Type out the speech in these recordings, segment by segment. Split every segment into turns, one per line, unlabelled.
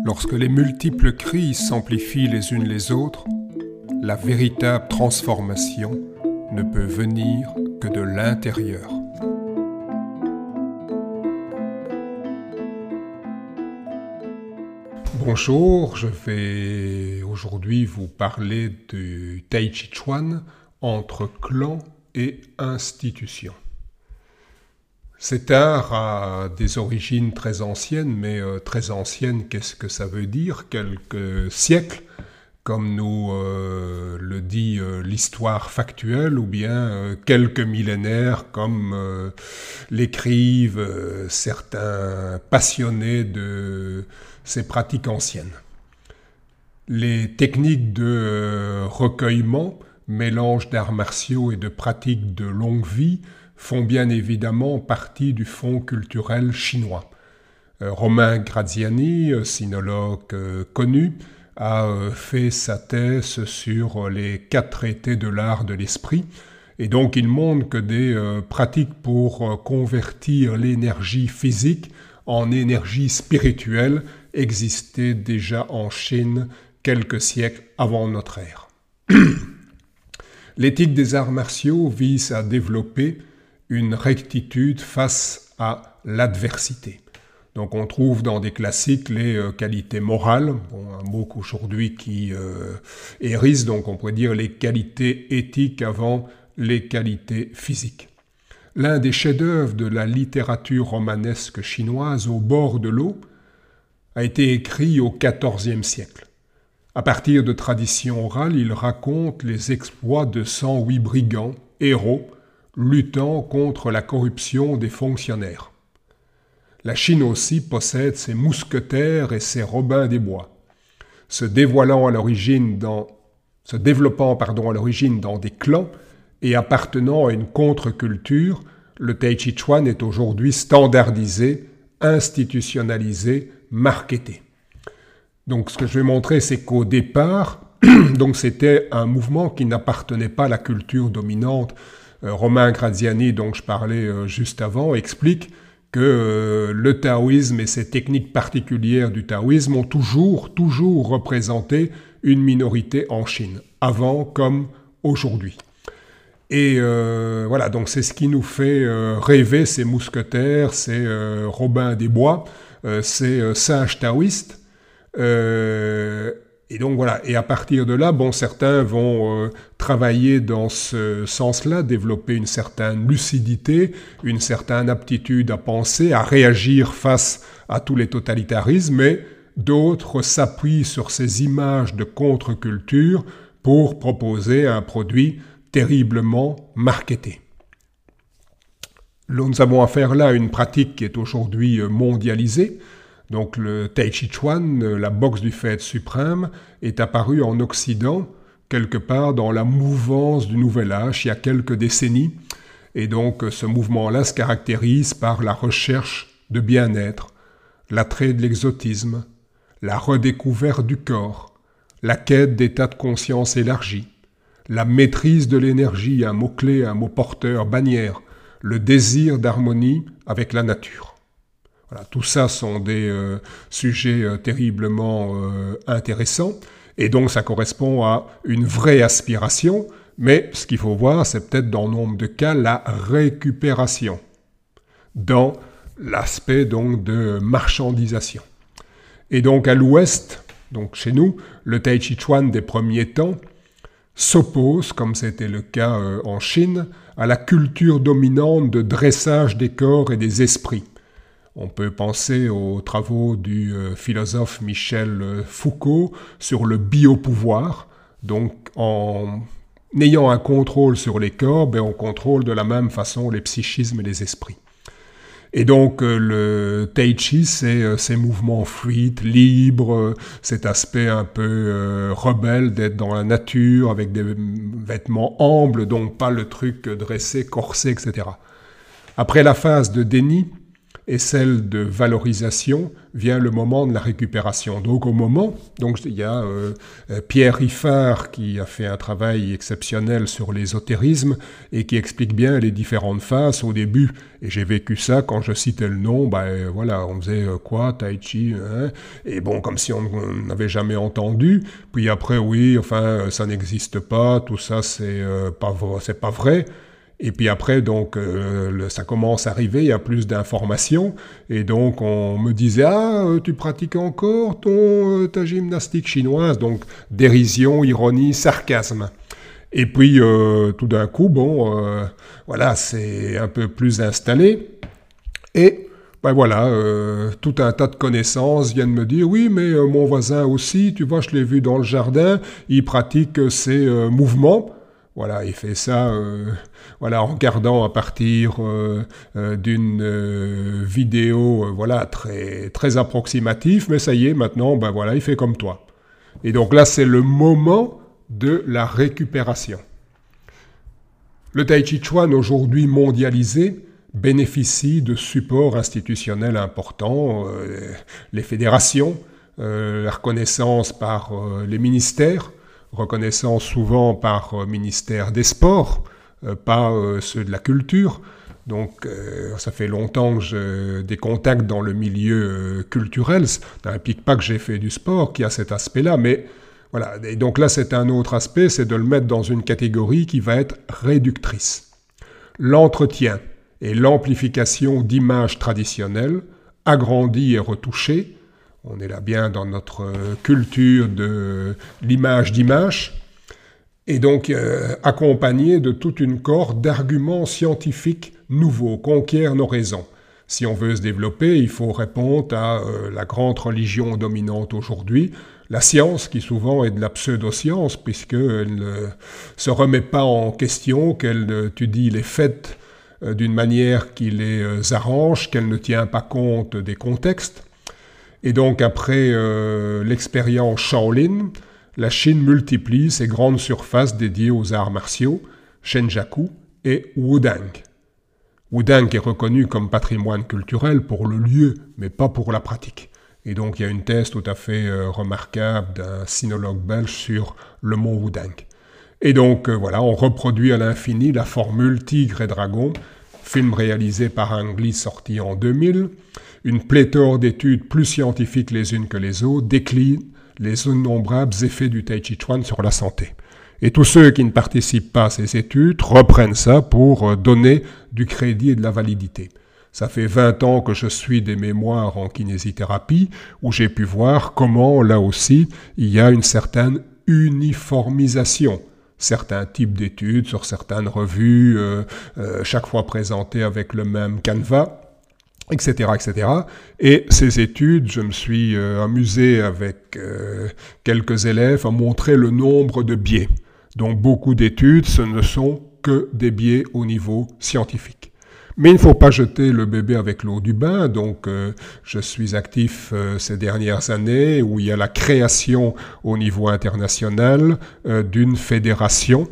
Lorsque les multiples crises s'amplifient les unes les autres, la véritable transformation ne peut venir que de l'intérieur. Bonjour, je vais aujourd'hui vous parler du Tai Chi Chuan entre clan et institution. Cet art a des origines très anciennes, mais très anciennes, qu'est-ce que ça veut dire? Quelques siècles, comme nous le dit l'histoire factuelle, ou bien quelques millénaires, comme l'écrivent certains passionnés de ces pratiques anciennes. Les techniques de recueillement, mélange d'arts martiaux et de pratiques de longue vie, font bien évidemment partie du fond culturel chinois. Romain Graziani, sinologue connu, a fait sa thèse sur les 4 traités de l'art de l'esprit, et donc il montre que des pratiques pour convertir l'énergie physique en énergie spirituelle existaient déjà en Chine quelques siècles avant notre ère. L'éthique des arts martiaux vise à développer une rectitude face à l'adversité. Donc on trouve dans des classiques les qualités morales, un mot qu'aujourd'hui qui hérisse, donc on pourrait dire les qualités éthiques avant les qualités physiques. L'un des chefs-d'œuvre de la littérature romanesque chinoise au bord de l'eau a été écrit au XIVe siècle. À partir de traditions orales, il raconte les exploits de 108 brigands, héros, luttant contre la corruption des fonctionnaires. La Chine aussi possède ses mousquetaires et ses Robins des Bois. Se développant à l'origine dans des clans et appartenant à une contre-culture, le Tai Chi Chuan est aujourd'hui standardisé, institutionnalisé, marketé. Donc ce que je vais montrer, c'est qu'au départ, donc c'était un mouvement qui n'appartenait pas à la culture dominante. Romain Graziani, dont je parlais juste avant, explique que le taoïsme et ces techniques particulières du taoïsme ont toujours représenté une minorité en Chine, avant comme aujourd'hui. Et voilà, donc c'est ce qui nous fait rêver ces mousquetaires, ces Robins des Bois, ces sages taoïstes. Et donc voilà, et à partir de là, certains vont travailler dans ce sens-là, développer une certaine lucidité, une certaine aptitude à penser, à réagir face à tous les totalitarismes, mais d'autres s'appuient sur ces images de contre-culture pour proposer un produit terriblement marketé. Nous avons affaire là à une pratique qui est aujourd'hui mondialisée. Donc le Tai Chi Chuan, la boxe du fait suprême, est apparu en Occident, quelque part dans la mouvance du Nouvel Âge, il y a quelques décennies. Et donc ce mouvement-là se caractérise par la recherche de bien-être, l'attrait de l'exotisme, la redécouverte du corps, la quête d'états de conscience élargis, la maîtrise de l'énergie, un mot-clé, un mot porteur, bannière, le désir d'harmonie avec la nature. Voilà, tout ça sont des sujets terriblement intéressants, et donc ça correspond à une vraie aspiration, mais ce qu'il faut voir, c'est peut-être dans nombre de cas la récupération, dans l'aspect donc de marchandisation. Et donc à l'ouest, donc chez nous, le Tai Chi Chuan des premiers temps s'oppose, comme c'était le cas en Chine, à la culture dominante de dressage des corps et des esprits. On peut penser aux travaux du philosophe Michel Foucault sur le biopouvoir. Donc, en ayant un contrôle sur les corps, on contrôle de la même façon les psychismes et les esprits. Et donc, le Tai Chi, c'est ces mouvements fluides, libres, cet aspect un peu rebelle d'être dans la nature, avec des vêtements ambles, donc pas le truc dressé, corsé, etc. Après la phase de déni, et celle de valorisation vient le moment de la récupération. Donc il y a Pierre Riffard qui a fait un travail exceptionnel sur l'ésotérisme et qui explique bien les différentes phases au début. Et j'ai vécu ça quand je citais le nom, voilà, on faisait quoi, Tai Chi, hein, et bon, comme si on n'avait jamais entendu. Puis après, oui, enfin, ça n'existe pas, tout ça, c'est pas vrai. Et puis après, donc, ça commence à arriver, il y a plus d'informations, et donc on me disait « Ah, tu pratiques encore ta gymnastique chinoise ?» Donc, dérision, ironie, sarcasme. Et puis, tout d'un coup, voilà, c'est un peu plus installé, et voilà, tout un tas de connaissances viennent me dire « Oui, mais mon voisin aussi, tu vois, je l'ai vu dans le jardin, il pratique ses mouvements. » Voilà, il fait ça voilà, en regardant à partir d'une vidéo voilà, très, très approximative, mais ça y est, maintenant, voilà, il fait comme toi. Et donc là, c'est le moment de la récupération. Le Tai Chi Chuan, aujourd'hui mondialisé, bénéficie de supports institutionnels importants, les fédérations, la reconnaissance par les ministères, reconnaissance souvent par ministère des Sports, pas ceux de la culture. Donc ça fait longtemps que j'ai des contacts dans le milieu culturel. Ça n'implique pas que j'ai fait du sport, qui a cet aspect-là, mais voilà. Et donc là, c'est un autre aspect, c'est de le mettre dans une catégorie qui va être réductrice. L'entretien et l'amplification d'images traditionnelles, agrandies et retouchées. On est là bien dans notre culture de l'image d'image, et donc accompagné de toute une corde d'arguments scientifiques nouveaux, conquièrent nos raisons. Si on veut se développer, il faut répondre à la grande religion dominante aujourd'hui, la science, qui souvent est de la pseudo-science, puisqu'elle ne se remet pas en question, qu'elle étudie les faits d'une manière qui les arrange, qu'elle ne tient pas compte des contextes. Et donc, après l'expérience Shaolin, la Chine multiplie ses grandes surfaces dédiées aux arts martiaux, Shenjaku et Wudang. Wudang est reconnu comme patrimoine culturel pour le lieu, mais pas pour la pratique. Et donc, il y a une thèse tout à fait remarquable d'un sinologue belge sur le mont Wudang. Et donc, voilà, on reproduit à l'infini la formule Tigre et Dragon, film réalisé par Ang Lee sorti en 2000. Une pléthore d'études plus scientifiques les unes que les autres déclinent les innombrables effets du Tai Chi Chuan sur la santé. Et tous ceux qui ne participent pas à ces études reprennent ça pour donner du crédit et de la validité. Ça fait 20 ans que je suis des mémoires en kinésithérapie, où j'ai pu voir comment, là aussi, il y a une certaine uniformisation. Certains types d'études sur certaines revues, chaque fois présentées avec le même canevas, etc., etc. Et ces études, je me suis amusé avec quelques élèves à montrer le nombre de biais. Donc beaucoup d'études, ce ne sont que des biais au niveau scientifique. Mais il ne faut pas jeter le bébé avec l'eau du bain, donc je suis actif ces dernières années où il y a la création au niveau international d'une fédération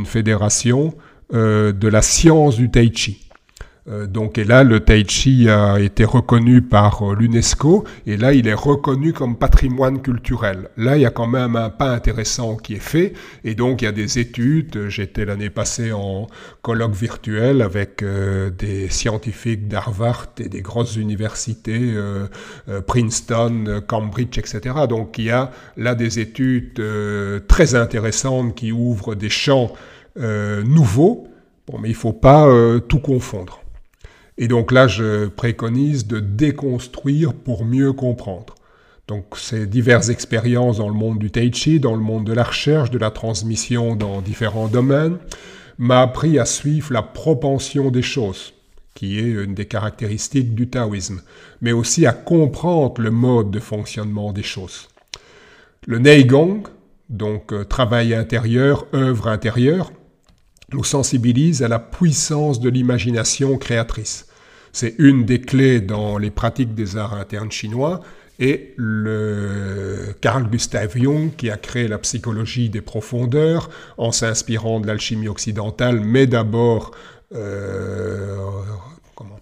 de la science du Tai Chi. Et là, le Tai Chi a été reconnu par l'UNESCO, et là, il est reconnu comme patrimoine culturel. Là, il y a quand même un pas intéressant qui est fait, et donc il y a des études. J'étais l'année passée en colloque virtuel avec des scientifiques d'Harvard et des grosses universités, Princeton, Cambridge, etc. Donc il y a là des études très intéressantes qui ouvrent des champs nouveaux, mais il ne faut pas tout confondre. Et donc là, je préconise de déconstruire pour mieux comprendre. Donc ces diverses expériences dans le monde du Tai Chi, dans le monde de la recherche, de la transmission dans différents domaines, m'a appris à suivre la propension des choses, qui est une des caractéristiques du taoïsme, mais aussi à comprendre le mode de fonctionnement des choses. Le Neigong, donc travail intérieur, œuvre intérieure, nous sensibilise à la puissance de l'imagination créatrice. C'est une des clés dans les pratiques des arts internes chinois, et le Carl Gustav Jung, qui a créé la psychologie des profondeurs en s'inspirant de l'alchimie occidentale, mais d'abord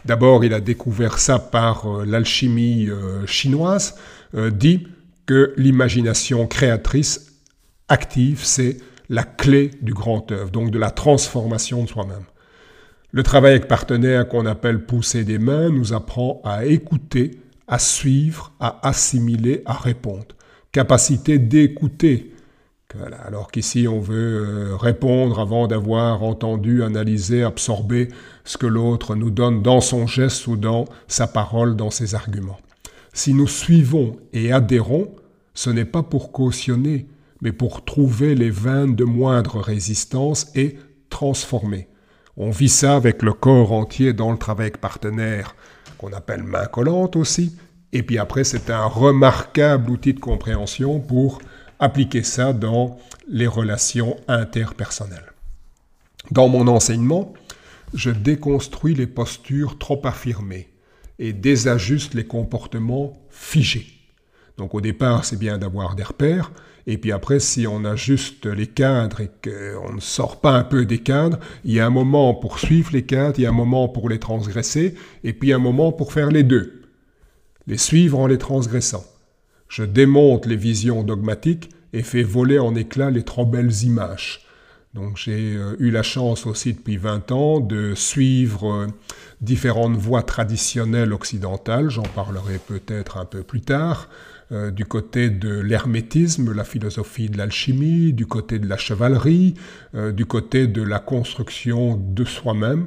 d'abord il a découvert ça par l'alchimie chinoise, dit que l'imagination créatrice active, c'est la clé du grand œuvre, donc de la transformation de soi-même. Le travail avec partenaire qu'on appelle pousser des mains nous apprend à écouter, à suivre, à assimiler, à répondre. Capacité d'écouter. Voilà. Alors qu'ici, on veut répondre avant d'avoir entendu, analysé, absorbé ce que l'autre nous donne dans son geste ou dans sa parole, dans ses arguments. Si nous suivons et adhérons, ce n'est pas pour cautionner, mais pour trouver les veines de moindre résistance et transformer. On vit ça avec le corps entier dans le travail avec partenaire, qu'on appelle main collante aussi. Et puis après, c'est un remarquable outil de compréhension pour appliquer ça dans les relations interpersonnelles. Dans mon enseignement, je déconstruis les postures trop affirmées et désajuste les comportements figés. Donc au départ, c'est bien d'avoir des repères, et puis après, si on ajuste les cadres et qu'on ne sort pas un peu des cadres, il y a un moment pour suivre les cadres, il y a un moment pour les transgresser, et puis un moment pour faire les deux. Les suivre en les transgressant. Je démonte les visions dogmatiques et fais voler en éclats les trop belles images. Donc j'ai eu la chance aussi depuis 20 ans de suivre différentes voies traditionnelles occidentales, j'en parlerai peut-être un peu plus tard, du côté de l'hermétisme, la philosophie de l'alchimie, du côté de la chevalerie, du côté de la construction de soi-même.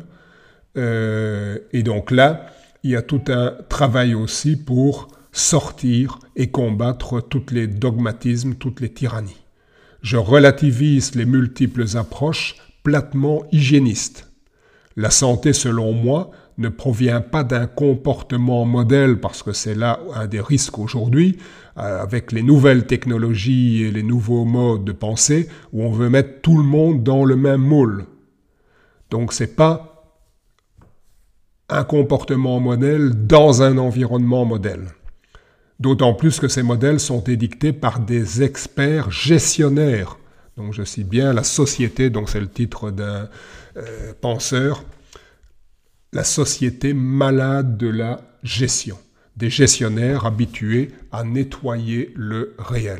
Et donc là, il y a tout un travail aussi pour sortir et combattre tous les dogmatismes, toutes les tyrannies. Je relativise les multiples approches platement hygiénistes. La santé, selon moi, ne provient pas d'un comportement modèle, parce que c'est là un des risques aujourd'hui, avec les nouvelles technologies et les nouveaux modes de pensée, où on veut mettre tout le monde dans le même moule. Donc c'est pas un comportement modèle dans un environnement modèle. D'autant plus que ces modèles sont édictés par des experts gestionnaires. Donc je cite bien la société, donc c'est le titre d'un penseur, la société malade de la gestion, des gestionnaires habitués à nettoyer le réel.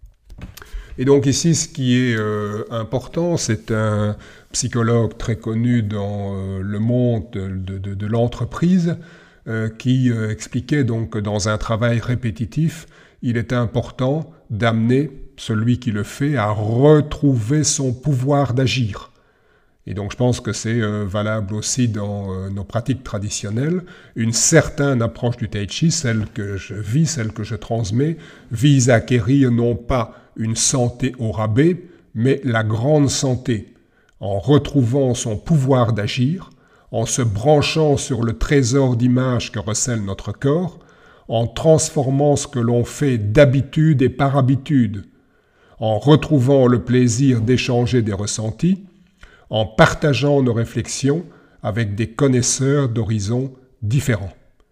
Et donc ici, ce qui est important, c'est un psychologue très connu dans le monde de l'entreprise qui expliquait donc que dans un travail répétitif, il est important d'amener celui qui le fait à retrouver son pouvoir d'agir. Et donc je pense que c'est valable aussi dans nos pratiques traditionnelles. Une certaine approche du Tai Chi, celle que je vis, celle que je transmets, vise à acquérir non pas une santé au rabais, mais la grande santé, en retrouvant son pouvoir d'agir, en se branchant sur le trésor d'images que recèle notre corps, en transformant ce que l'on fait d'habitude et par habitude, en retrouvant le plaisir d'échanger des ressentis, en partageant nos réflexions avec des connaisseurs d'horizons différents.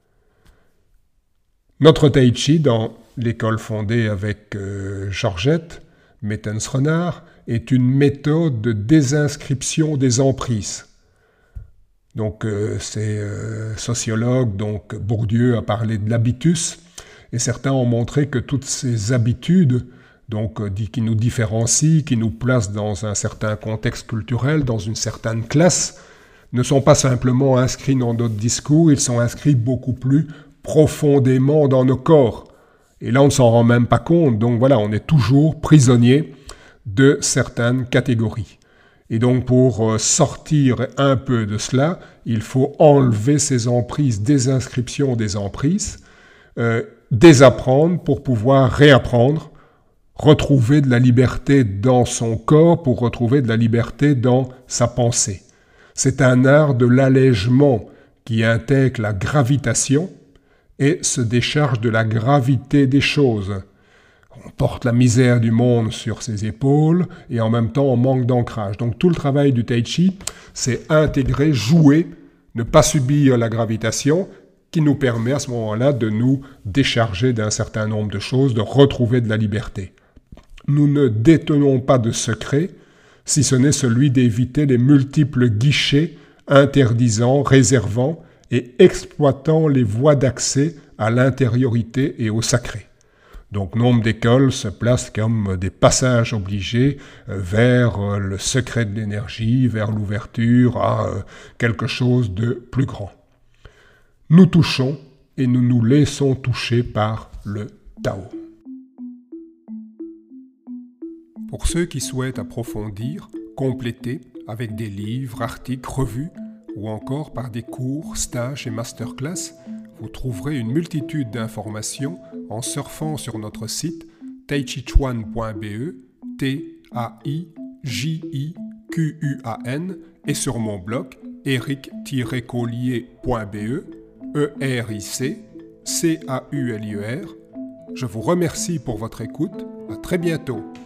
Notre Tai Chi, dans l'école fondée avec Georgette Mettens-Renard, est une méthode de désinscription des emprises. Donc ces sociologues, donc Bourdieu a parlé de l'habitus, et certains ont montré que toutes ces habitudes donc qui nous différencient, qui nous placent dans un certain contexte culturel, dans une certaine classe, ne sont pas simplement inscrits dans notre discours, ils sont inscrits beaucoup plus profondément dans nos corps. Et là, on ne s'en rend même pas compte, donc voilà, on est toujours prisonnier de certaines catégories. Et donc pour sortir un peu de cela, il faut enlever ces emprises, désinscription des emprises, désapprendre pour pouvoir réapprendre, retrouver de la liberté dans son corps pour retrouver de la liberté dans sa pensée. C'est un art de l'allègement qui intègre la gravitation et se décharge de la gravité des choses. On porte la misère du monde sur ses épaules et en même temps on manque d'ancrage. Donc tout le travail du Tai Chi, c'est intégrer, jouer, ne pas subir la gravitation qui nous permet à ce moment-là de nous décharger d'un certain nombre de choses, de retrouver de la liberté. Nous ne détenons pas de secret, si ce n'est celui d'éviter les multiples guichets interdisant, réservant et exploitant les voies d'accès à l'intériorité et au sacré. Donc nombre d'écoles se placent comme des passages obligés vers le secret de l'énergie, vers l'ouverture à quelque chose de plus grand. Nous touchons et nous nous laissons toucher par le Tao. Pour ceux qui souhaitent approfondir, compléter avec des livres, articles, revues ou encore par des cours, stages et masterclass, vous trouverez une multitude d'informations en surfant sur notre site taichichuan.be, T-A-I-J-I-Q-U-A-N, et sur mon blog eric-collier.be, E-R-I-C-C-A-U-L-I-E-R. Je vous remercie pour votre écoute. À très bientôt.